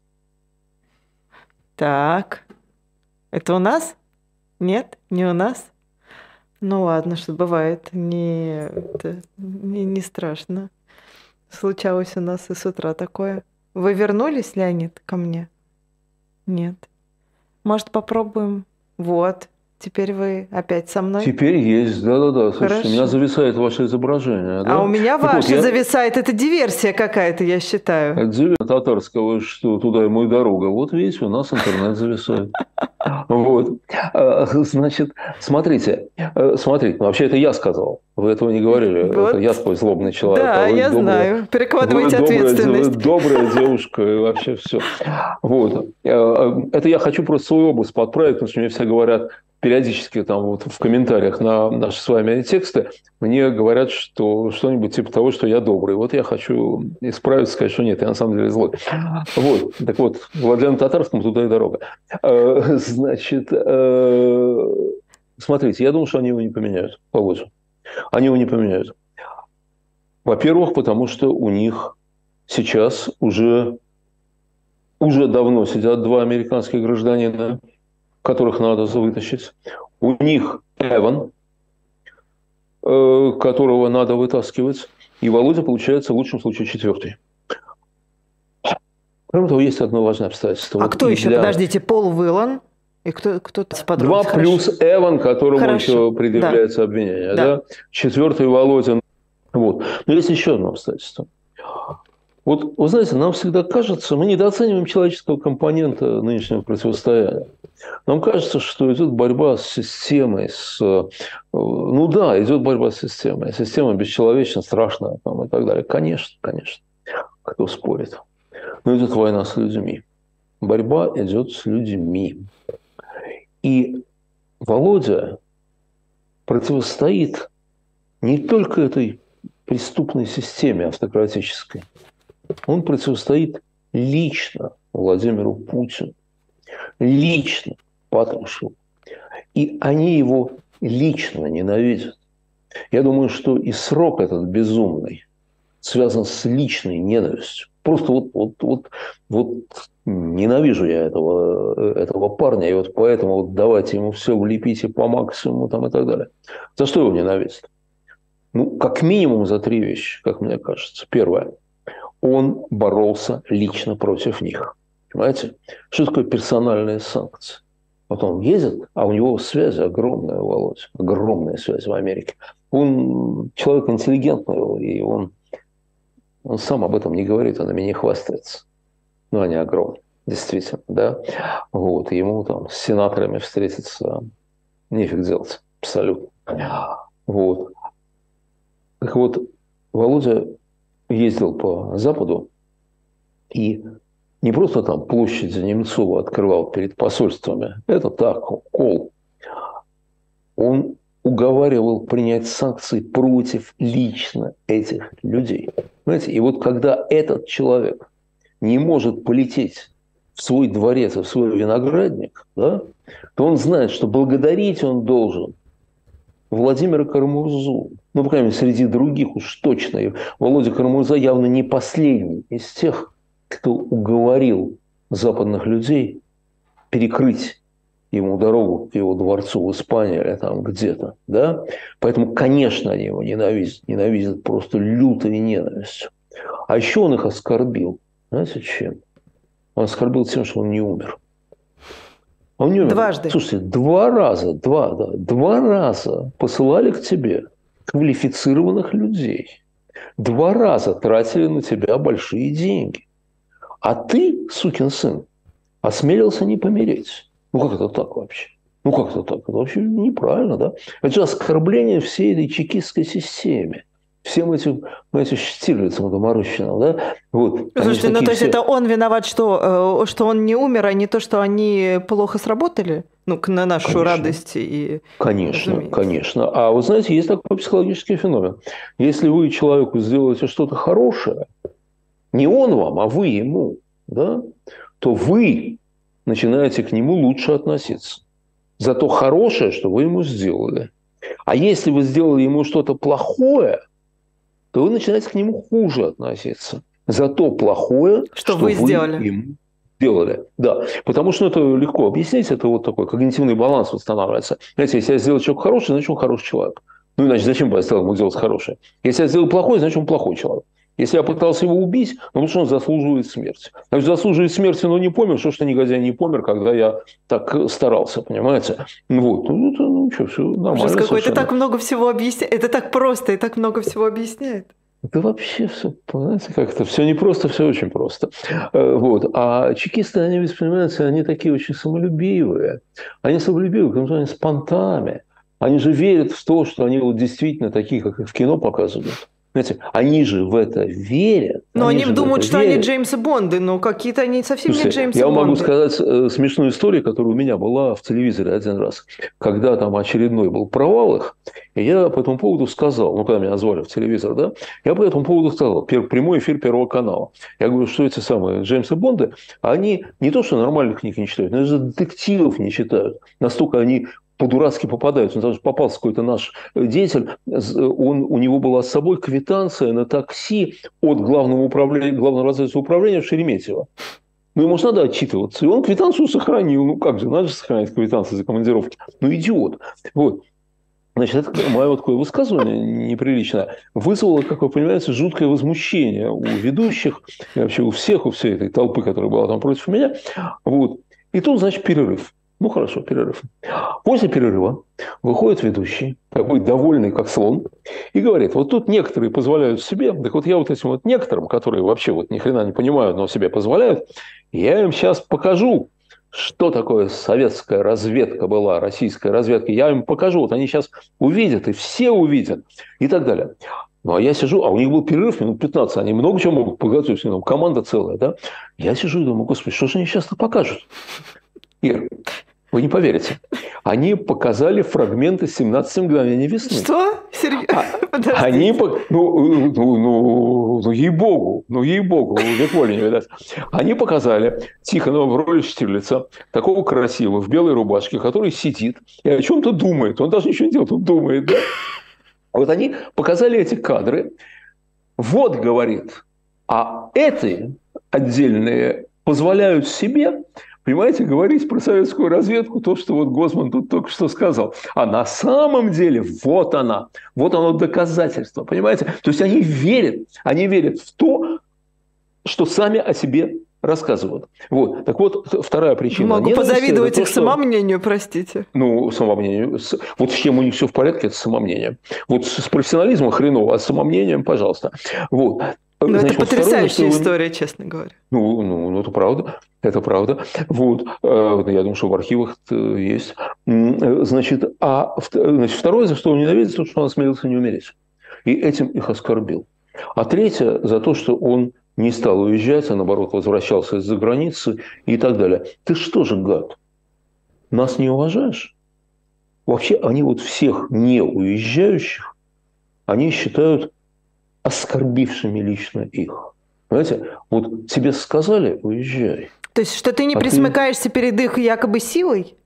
Так, это у нас? Нет, не у нас? Ну ладно, что бывает, не, это, не, не страшно. Случалось у нас и с утра такое. Вы вернулись, Леонид, ко мне? Нет. Может, попробуем? Вот. Теперь вы опять со мной? Теперь есть, да-да-да. Слушайте, у меня зависает ваше изображение. Да? А у меня так ваше вот, я... зависает. Это диверсия какая-то, я считаю. Это диверсия татарского, что туда ему и дорога. Вот видите, у нас интернет зависает. Вот. Значит, смотрите. Смотрите, вообще это я сказал. Вы этого не говорили. Вот. Это я такой злобный человек. Да, а я добрая, знаю. Перекладывайте ответственность. Вы добрая девушка и вообще все. Вот. Это я хочу просто свой образ подправить, потому что мне все говорят, периодически там вот в комментариях на наши с вами тексты мне говорят, что что-нибудь типа того, что я добрый. Вот я хочу исправиться, сказать, что нет, я на самом деле злой. Вот. Так вот, Владимиру Татарскому туда и дорога. Значит, смотрите, я думаю, что они его не поменяют, Володя. Они его не поменяют. Во-первых, потому что у них сейчас уже, уже давно сидят два американских гражданина, которых надо вытащить. У них Эван, которого надо вытаскивать. И Володя, получается, в лучшем случае четвертый. Кроме того, есть одно важное обстоятельство. А вот кто еще? Для... Подождите, Пол Виллан и кто, кто-то с Два плюс Эван, которому Хорошо. еще предъявляется да. обвинение. Да. Да? Четвертый Володя. Вот. Но есть еще одно обстоятельство. Вот, вы знаете, нам всегда кажется, мы недооцениваем человеческого компонента нынешнего противостояния. Нам кажется, что идет борьба с системой, с... ну да, идет борьба с системой. Система бесчеловечна, страшная там, и так далее. Конечно, конечно. Кто спорит? Но идет война с людьми. Борьба идет с людьми. И Володя противостоит не только этой преступной системе автократической, он противостоит лично Владимиру Путину, лично Патрушеву. И они его лично ненавидят. Я думаю, что и срок этот безумный связан с личной ненавистью. Просто вот, вот, вот, вот ненавижу я этого, этого парня, и вот поэтому вот давайте ему все влепите по максимуму там, и так далее. За что его ненавидят? Ну, как минимум за три вещи, как мне кажется. Первое. Он боролся лично против них. Понимаете? Что такое персональные санкции? Вот он ездит, а у него связи огромные, Володя, огромные связи в Америке. Он человек интеллигентный, и он, он сам об этом не говорит, он ими не хвастается. Но они огромные, действительно, да. Вот, ему там с сенаторами встретиться нефиг делать, абсолютно. Вот. Так вот, Володя ездил по Западу и не просто там площадь Немцова открывал перед посольствами. Это так, кол. Он уговаривал принять санкции против лично этих людей. Понимаете? И вот когда этот человек не может полететь в свой дворец, в свой виноградник, да, то он знает, что благодарить он должен Владимира Карамурзу. Ну, по крайней мере, среди других уж точно. И Володя Карамурза явно не последний из тех, кто уговорил западных людей перекрыть ему дорогу к его дворцу в Испании или там где-то. Да? Поэтому, конечно, они его ненавидят. Ненавидят просто лютой ненавистью. А еще он их оскорбил. Знаете, чем? Он оскорбил тем, что он не умер. Он не умер. Дважды. Слушайте, два раза, два, да, два раза посылали к тебе квалифицированных людей. Два раза тратили на тебя большие деньги. А ты, сукин сын, осмелился не помереть. Ну, как это так вообще? Ну, как это так? Это вообще неправильно, да? Это же оскорбление всей этой чекистской системе. Всем этим, ну, этим Штирлицам доморощенным, да? Вот. Слушайте, ну, то есть все... это он виноват, что, что он не умер, а не то, что они плохо сработали? Ну, на нашу Конечно. радость и... Конечно, разумеется. конечно. А вы знаете, есть такой психологический феномен. Если вы человеку сделаете что-то хорошее, не он вам, а вы ему, да, то вы начинаете к нему лучше относиться за то хорошее, что вы ему сделали. А если вы сделали ему что-то плохое, то вы начинаете к нему хуже относиться за то плохое, Что что, вы вы сделали. ему сделали. Да, потому что это легко объяснить, это вот такой когнитивный баланс восстанавливается. Знаете, если я сделал человек хороший, значит, он хороший человек. Ну, иначе зачем бы я стал ему делать хорошее? Если я сделал плохой, значит, он плохой человек. Если я пытался его убить, ну, потому что он заслуживает смерти. Значит, заслуживает смерти, но не помер. Что ж ты, негодяй, не помер, когда я так старался, понимаете? Вот. Ну, это, ну что, все нормально. Ужас какой, это так много всего объясняет. Это так просто и так много всего объясняет. Это вообще все, понимаете, как-то все не просто, все очень просто. Вот. А чекисты, они воспринимаются, они такие очень самолюбивые. Они самолюбивые, потому что они с понтами. Они же верят в то, что они вот действительно такие, как их в кино показывают. Знаете, они же в это верят. Но они, они думают, что верят. они Джеймсы Бонды, но какие-то они совсем Слушайте, не Джеймсы я Бонды. могу сказать э, смешную историю, которая у меня была в телевизоре один раз. Когда там очередной был провал их, и я по этому поводу сказал, ну, когда меня назвали в телевизор, да, я по этому поводу сказал, пер, прямой эфир Первого канала. Я говорю, что эти самые Джеймсы Бонды, они не то, что нормальных книг не читают, но даже детективов не читают. Настолько они по-дурацки попадаются. Даже попался какой-то наш деятель, он, у него была с собой квитанция на такси от главного, управления, главного разведывательного управления в Шереметьево. Ну, ему же надо отчитываться. И он квитанцию сохранил. Ну, как же, надо же сохранять квитанцию за командировки. Ну, идиот. Вот. Значит, это мое вот такое высказывание неприличное вызвало, как вы понимаете, жуткое возмущение у ведущих, и вообще у всех, у всей этой толпы, которая была там против меня. Вот. И тут, значит, перерыв. Ну, хорошо, перерыв. После перерыва выходит ведущий, такой довольный, как слон, и говорит, вот тут некоторые позволяют себе, так вот я вот этим вот некоторым, которые вообще вот ни хрена не понимают, но себе позволяют, я им сейчас покажу, что такое советская разведка была, российская разведка. Я им покажу, вот они сейчас увидят, и все увидят, и так далее. Ну, а я сижу, а у них был перерыв минут пятнадцать, они много чего могут подготовить, там команда целая, да? Я сижу и думаю, господи, что же они сейчас-то покажут? Ир, вы не поверите. Они показали фрагменты семнадцати мгновений весны. Что? Серьезно? А, они, ну, ну, ну, ну, ей-богу, ну, ей-богу, век воли не видать. Они показали Тихонова в роли Штирлица, такого красивого, в белой рубашке, который сидит и о чем-то думает. Он даже ничего не делает, он думает, да? Вот они показали эти кадры. Вот, говорит, А эти отдельные позволяют себе, понимаете, говорить про советскую разведку то, что вот Гозман тут только что сказал. А на самом деле вот она, вот оно доказательство, понимаете? То есть они верят, они верят в то, что сами о себе рассказывают. Вот. Так вот, вторая причина. Могу позавидовать то, их что... самомнению, простите. Ну, самомнение. Вот с чем у них все в порядке, это самомнение. Вот с профессионализмом хреново, а с самомнением, пожалуйста. Вот. Ну, Значит, это вот потрясающая второе, история, вы... честно говоря. Ну, ну, ну, это правда. Это правда. Вот. Я думаю, что в архивах есть. Значит, а значит, второе, за что он ненавидит, то, что он осмелился не умереть. И этим их оскорбил. А третье, за то, что он не стал уезжать, а наоборот возвращался из-за границы и так далее. Ты что же, гад, нас не уважаешь? Вообще, они вот всех не уезжающих, они считают оскорбившими лично их. Понимаете, вот тебе сказали, уезжай. То есть, что ты не а присмыкаешься ты... перед их якобы силой?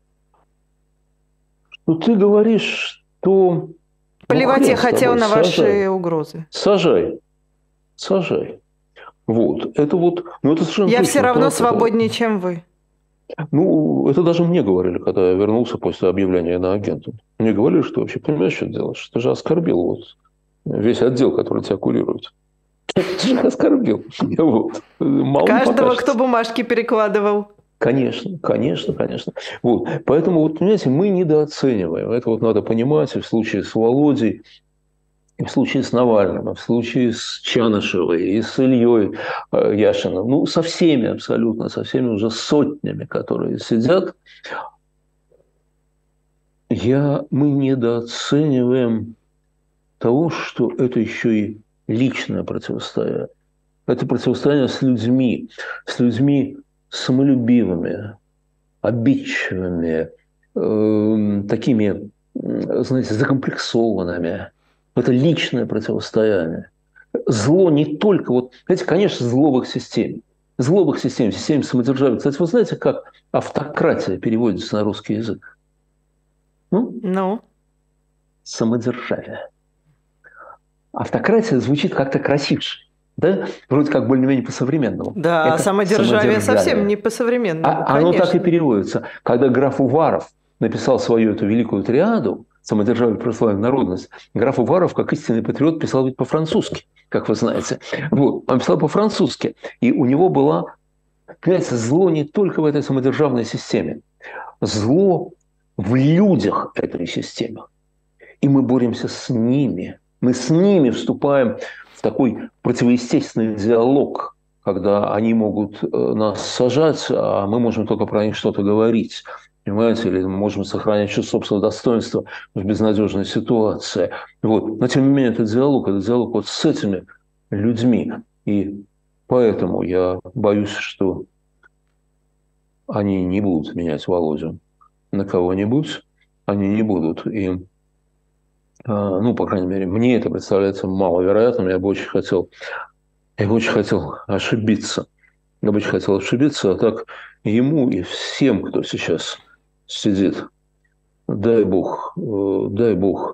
Ну, ты говоришь, что... Плевать ну, я хотел на ваши сажай. угрозы. Сажай. Сажай. Вот. Это вот... Ну, это совершенно я все равно так, свободнее, это... чем вы. Ну, это даже мне говорили, когда я вернулся после объявления иноагентом. Мне говорили, что вообще, понимаешь, что делаешь? Ты же оскорбил вот весь отдел, который тебя курирует. Ты же оскорбил. Вот. Мало каждого, кто бумажки перекладывал. Конечно, конечно, конечно. Вот. Поэтому, вот, понимаете, мы недооцениваем. Это вот надо понимать и в случае с Володей, и в случае с Навальным, и в случае с Чанышевой, и с Ильей Яшиным. Ну, со всеми абсолютно, со всеми уже сотнями, которые сидят. Я, мы недооцениваем того, что это еще и личное противостояние. Это противостояние с людьми, с людьми самолюбивыми, обидчивыми, э, такими, знаете, закомплексованными. Это личное противостояние. Зло не только, вот, знаете, конечно, зло в их системе. Зло в их системе, в системе самодержавия. Кстати, вы знаете, как автократия переводится на русский язык? Ну? Ну? Самодержавие. Автократия звучит как-то красивше. Да? Вроде как более-менее по-современному. Да, это самодержавие совсем не по-современному. А, оно так и переводится. Когда граф Уваров написал свою эту великую триаду «Самодержавие, православие, народность», граф Уваров, как истинный патриот, писал ведь по-французски, как вы знаете. Вот. Он писал по-французски. И у него была, понимаете, зло не только в этой самодержавной системе. Зло в людях этой системы. И мы боремся с ними. Мы с ними вступаем в такой противоестественный диалог, когда они могут нас сажать, а мы можем только про них что-то говорить. Понимаете, или мы можем сохранять чувство собственного достоинства в безнадежной ситуации. Вот. Но тем не менее, это диалог, это диалог вот с этими людьми. И поэтому я боюсь, что они не будут менять Володю на кого-нибудь. Они не будут. И ну, по крайней мере, мне это представляется маловероятным. Я бы очень хотел, я бы очень хотел ошибиться. Я бы очень хотел ошибиться, а так ему и всем, кто сейчас сидит, дай Бог, дай Бог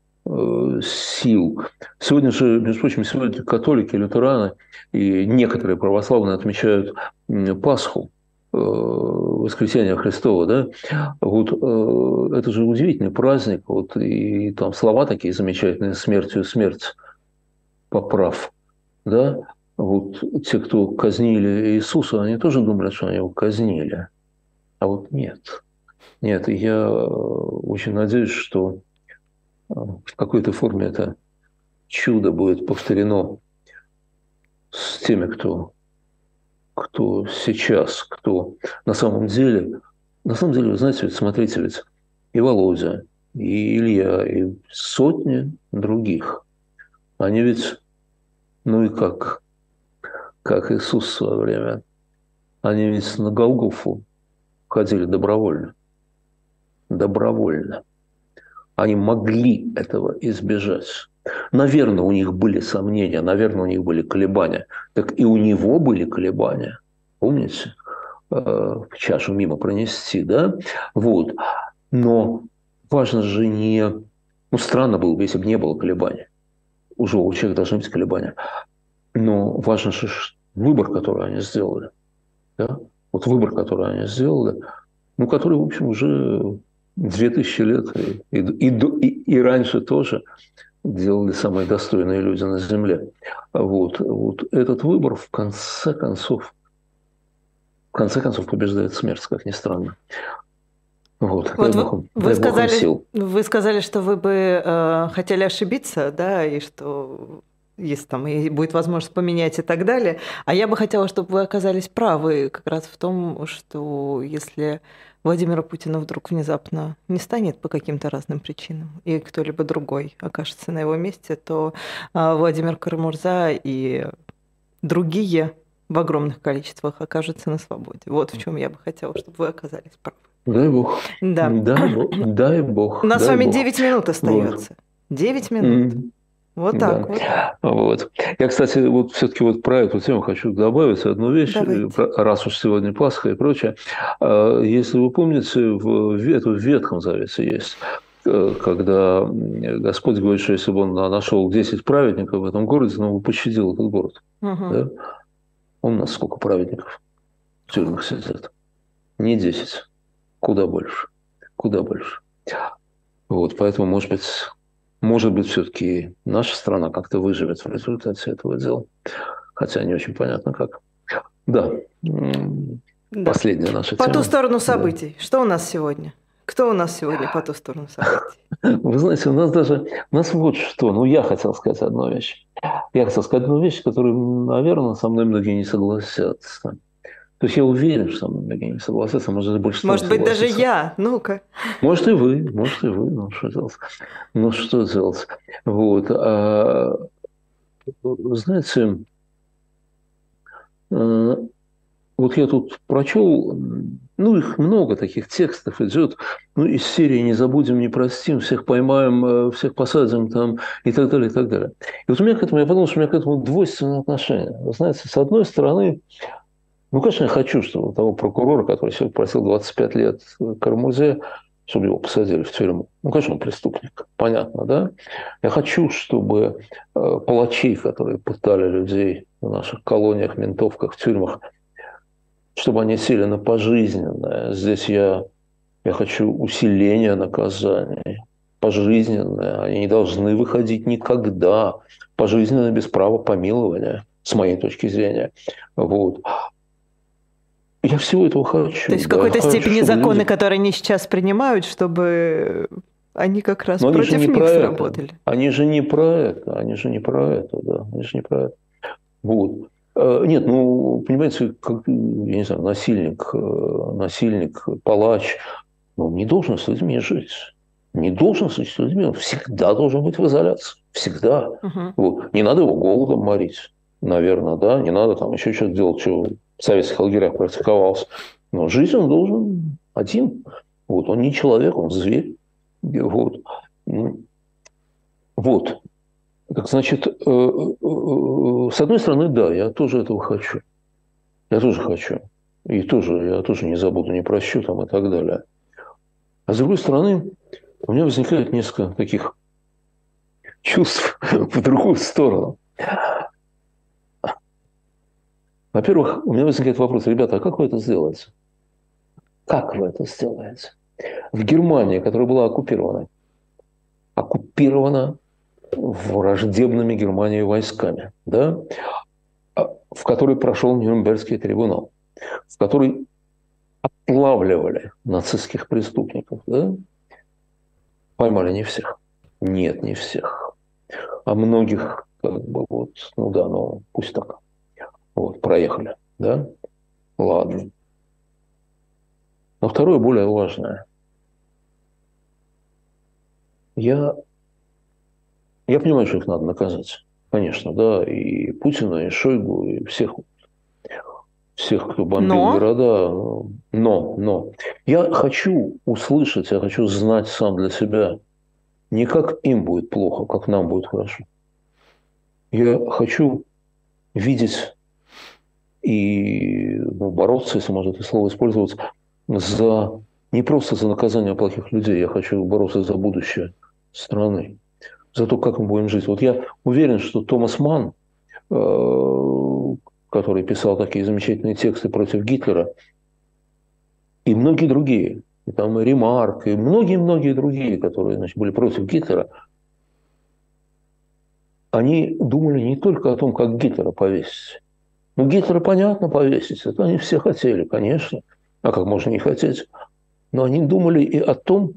сил. Сегодня же, между прочим, сегодня католики, лютераны и некоторые православные отмечают Пасху, Воскресение Христово, да, вот э, это же удивительный праздник, вот и, и там слова такие замечательные: смертью смерть поправ, да, вот те, кто казнили Иисуса, они тоже думали, что они его казнили, а вот нет, нет, и я очень надеюсь, что в какой-то форме это чудо будет повторено с теми, кто кто сейчас, кто на самом деле, на самом деле, вы знаете, ведь смотрите, ведь и Володя, и Илья, и сотни других, они ведь, ну и как, как Иисус в свое время, они ведь на Голгофу ходили добровольно. Добровольно. Они могли этого избежать. Наверное, у них были сомнения, наверное, у них были колебания. Так и у него были колебания. Помните? Э, чашу мимо пронести, да? Вот. Но важно же не... Ну, странно было бы, если бы не было колебаний. Уже у человека должны быть колебания. Но важен же выбор, который они сделали. Да? Вот выбор, который они сделали, ну, который, в общем, уже две тысячи лет и, и, и, и раньше тоже делали самые достойные люди на Земле. Вот, вот этот выбор в конце концов, в конце концов побеждает смерть, как ни странно. Вот, вот дай вы, Бог, вы, дай сказали, Бог им сил. вы сказали, что вы бы э, хотели ошибиться, да, и что если там и будет возможность поменять и так далее. А я бы хотела, чтобы вы оказались правы как раз в том, что если Владимира Путина вдруг внезапно не станет по каким-то разным причинам, и кто-либо другой окажется на его месте, то э, Владимир Кара-Мурза и другие в огромных количествах окажутся на свободе. Вот в чем я бы хотела, чтобы вы оказались правы. Дай Бог. Да. Дай Бог. Дай Бог. У нас дай с вами Бог. девять минут остается. девять минут. Mm. Вот так да. вот. вот. Я, кстати, вот все-таки вот про эту тему хочу добавить одну вещь, Давайте. раз уж сегодня Пасха и прочее. Если вы помните, в, это в Ветхом Завете есть, когда Господь говорит, что если бы он нашел десять праведников в этом городе, он бы пощадил этот город. Угу. Да? Он у нас сколько праведников в тюрьмах сидят? Не десять. Куда больше. Куда больше. Вот, поэтому, может быть, может быть, все-таки наша страна как-то выживет в результате этого дела. Хотя не очень понятно как. Да. да. Последняя наша по тема. По ту сторону событий. Да. Что у нас сегодня? Кто у нас сегодня по ту сторону событий? Вы знаете, у нас даже... У нас вот что. Ну, я хотел сказать одну вещь. Я хотел сказать одну вещь, которую, наверное, со мной многие не согласятся. То есть я уверен, что со мной многие не согласятся, может, больше Может быть, даже я. Ну-ка. Может, и вы. Может, и вы. Ну, что делать? Ну, что делать? Вот. А, знаете, вот я тут прочел, ну, их много таких текстов идет, ну, из серии «Не забудем, не простим», «Всех поймаем, всех посадим» там, и так далее, и так далее. И вот у меня к этому, я подумал, что у меня к этому двойственное отношение. Вы знаете, с одной стороны, ну, конечно, я хочу, чтобы того прокурора, который сегодня просил двадцать пять лет Кара-Мурзе, чтобы его посадили в тюрьму. Ну, конечно, он преступник, понятно, да? Я хочу, чтобы э, палачей, которые пытали людей в наших колониях, ментовках, в тюрьмах, чтобы они сели на пожизненное. Здесь я, я хочу усиления наказаний. Пожизненное. Они не должны выходить никогда. Пожизненное без права помилования, с моей точки зрения. Вот. Я всего этого хочу. То есть да, в какой-то степени хочу, законы, люди... которые они сейчас принимают, чтобы они как раз Но против них сработали. Это. Они же не про это. Они же не про это, да. Они же не про это. Вот. Нет, ну, понимаете, как, я не знаю, насильник, насильник, палач, ну, не должен с людьми жить. Не должен жить с людьми. Он всегда должен быть в изоляции. Всегда. Uh-huh. Вот. Не надо его голодом морить, наверное, да. Не надо там еще что-то делать, что в советских лагерях практиковался. Но жизнь он должен один. Вот. Он не человек, он зверь. Вот. Вот. Так, значит, с одной стороны, да, я тоже этого хочу. Я тоже хочу. И тоже, я тоже не забуду, не прощу там и так далее. А с другой стороны, у меня возникает несколько таких чувств в другую сторону. Во-первых, у меня возникает вопрос, ребята, а как вы это сделаете? Как вы это сделаете? В Германии, которая была оккупирована, оккупирована враждебными Германии войсками, да, в которой прошел Нюрнбергский трибунал, в которой отлавливали нацистских преступников, да, поймали не всех. Нет, не всех. А многих, как бы, вот, ну да, ну пусть так. Вот, проехали, да? Ладно. Но второе, более важное. Я, я понимаю, что их надо наказать. Конечно, да, и Путина, и Шойгу, и всех, всех, кто бомбил но... города. Но, но. Я хочу услышать, я хочу знать сам для себя, не как им будет плохо, как нам будет хорошо. Я хочу видеть и ну, бороться, если можно это слово использовать, за не просто за наказание плохих людей, я хочу бороться за будущее страны, за то, как мы будем жить. Вот я уверен, что Томас Манн который писал такие замечательные тексты против Гитлера, и многие другие, и там и Ремарк, и многие-многие другие, которые, значит, были против Гитлера, они думали не только о том, как Гитлера повесить. Ну, Гитлера, понятно, повесить, это они все хотели, конечно, а как можно не хотеть. Но они думали и о том,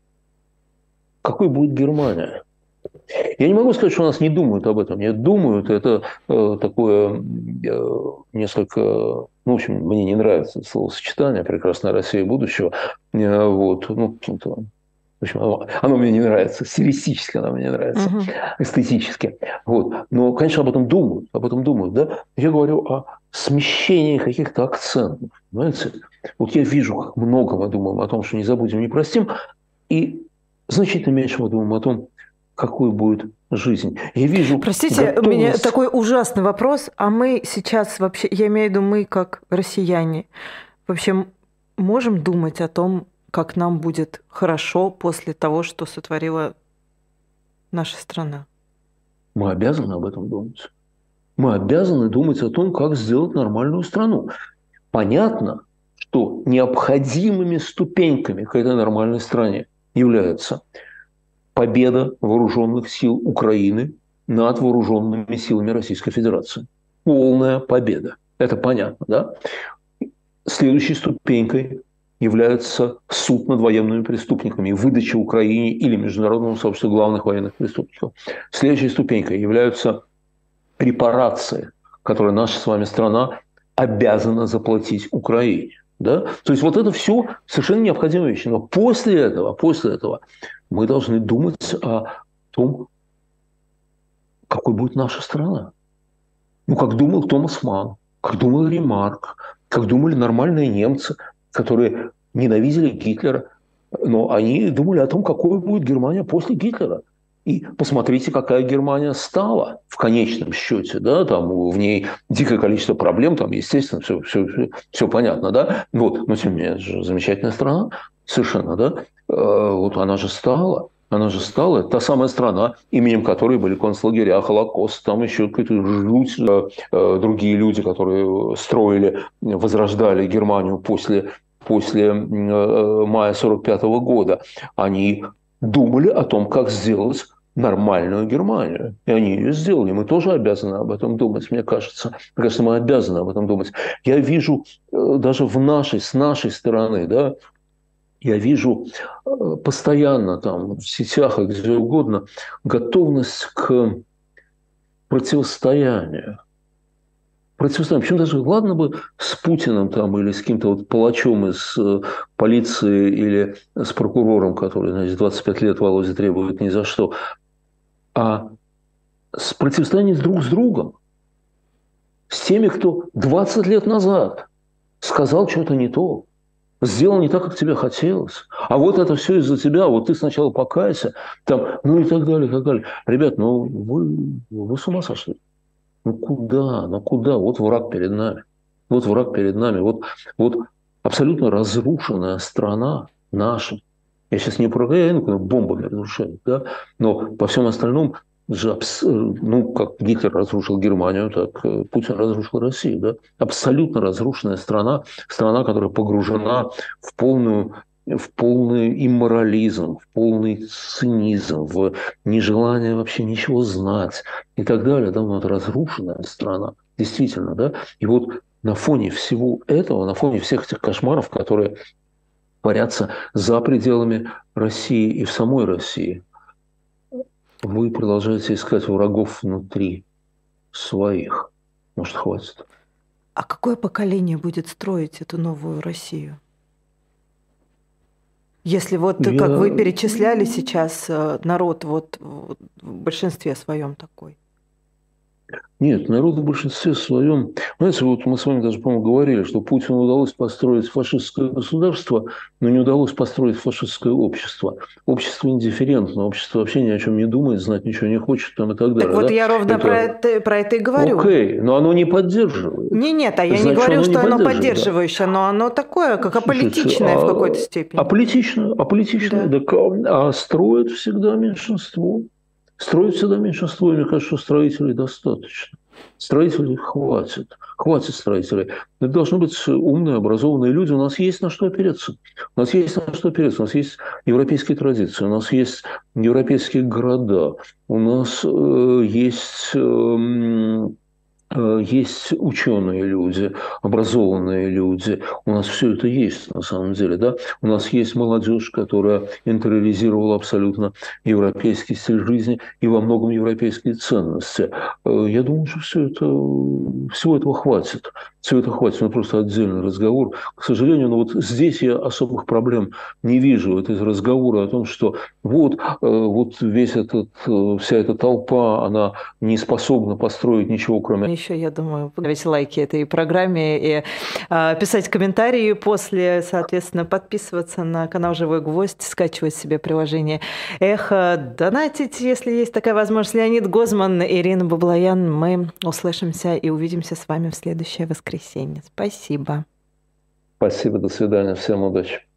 какой будет Германия. Я не могу сказать, что у нас не думают об этом. Нет, думают. Это э, такое э, несколько... Ну, в общем, мне не нравится словосочетание «прекрасная Россия будущего». Э, вот. Ну, в общем, оно, оно мне не нравится. Стилистически оно мне не нравится. Uh-huh. Эстетически. Вот. Но, конечно, об этом думают. Об этом думают, да? Я говорю о смещении каких-то акцентов. Понимаете? Вот я вижу, как много мы думаем о том, что не забудем, не простим. И значительно меньше мы думаем о том, какой будет жизнь. Я вижу... Простите, готовность... у меня такой ужасный вопрос. А мы сейчас вообще, я имею в виду мы, как россияне, вообще можем думать о том, как нам будет хорошо после того, что сотворила наша страна? Мы обязаны об этом думать. Мы обязаны думать о том, как сделать нормальную страну. Понятно, что необходимыми ступеньками к этой нормальной стране являются победа вооруженных сил Украины над вооруженными силами Российской Федерации. Полная победа. Это понятно, да? Следующей ступенькой является суд над военными преступниками и выдача Украине или международному сообществу главных военных преступников. Следующей ступенькой являются репарации, которые наша с вами страна обязана заплатить Украине. Да? То есть вот это все совершенно необходимые вещи. Но после этого, после этого мы должны думать о том, какой будет наша страна. Ну, как думал Томас Манн, как думал Ремарк, как думали нормальные немцы, которые ненавидели Гитлера, но они думали о том, какой будет Германия после Гитлера. И посмотрите, какая Германия стала в конечном счете. Да? Там в ней дикое количество проблем, там, естественно, все, все, все, все понятно. Да? Вот. Но тем не менее, это же замечательная страна. Совершенно, да? Вот она же стала. Она же стала. Это та самая страна, именем которой были концлагеря, Холокост, там еще какая-то жуть. Другие люди, которые строили, возрождали Германию после, после мая сорок пятого года, они думали о том, как сделать нормальную Германию. И они ее сделали. Мы тоже обязаны об этом думать, мне кажется. Мне кажется, мы обязаны об этом думать. Я вижу даже в нашей, с нашей стороны, да, я вижу постоянно там в сетях и где угодно готовность к противостоянию. Противостоянию. Причем даже, ладно бы с Путиным там, или с каким-то вот палачом из полиции или с прокурором, который, значит, двадцать пять лет Володя требует ни за что, а с противостоянием друг с другом. С теми, кто двадцать лет назад сказал что-то не то. Сделал не так, как тебе хотелось. А вот это все из-за тебя. Вот ты сначала покайся. Там, ну и так далее, и так далее. Ребят, ну вы, вы с ума сошли. Ну куда? Ну куда? Вот враг перед нами. Вот враг перед нами. Вот, вот абсолютно разрушенная страна наша. Я сейчас не про ну, бомбами разрушают, да? Но по всем остальном, же, ну, как Гитлер разрушил Германию, так Путин разрушил Россию. Да? Абсолютно разрушенная страна, страна, которая погружена в, полную, в полный имморализм, в полный цинизм, в нежелание вообще ничего знать и так далее. Да? Ну, это разрушенная страна, действительно. Да? И вот на фоне всего этого, на фоне всех этих кошмаров, которые творятся за пределами России и в самой России, вы продолжаете искать врагов внутри своих. Может, хватит? А какое поколение будет строить эту новую Россию? Если вот, Я... как вы перечисляли сейчас, народ вот в большинстве своем такой. Нет, народ в большинстве своем... Знаете, вот мы с вами даже, по-моему, говорили, что Путину удалось построить фашистское государство, но не удалось построить фашистское общество. Общество индифферентно, общество вообще ни о чем не думает, знать ничего не хочет там, и так далее. Так вот да? я ровно это... про, это, про это и говорю. Окей, но оно не поддерживает. Не, нет, а я Значит, не говорю, что оно, оно поддерживающее, но оно такое, как аполитичное а... в какой-то степени. Аполитичное, аполитичное, да. Так, а строит всегда меньшинство. Строит всегда меньшинство, и мне кажется, что строителей достаточно. Строителей хватит. Хватит строителей. Это должны быть умные, образованные люди. У нас есть на что опереться. У нас есть на что опереться. У нас есть европейские традиции. У нас есть европейские города. У нас э, есть... Э, есть ученые люди, образованные люди. У нас все это есть на самом деле. Да? У нас есть молодежь, которая интериоризировала абсолютно европейский стиль жизни и во многом европейские ценности. Я думаю, что все это, всего этого хватит. Всего этого хватит. Ну, просто отдельный разговор. К сожалению, ну, вот здесь я особых проблем не вижу. Это из разговора о том, что вот, вот весь этот, вся эта толпа, она не способна построить ничего, кроме... Еще, я думаю, ставить лайки этой программе и э, писать комментарии после, соответственно, подписываться на канал «Живой гвоздь», скачивать себе приложение «Эхо», донатить, если есть такая возможность. Леонид Гозман, Ирина Баблоян. Мы услышимся и увидимся с вами в следующее воскресенье. Спасибо. Спасибо, до свидания, всем удачи.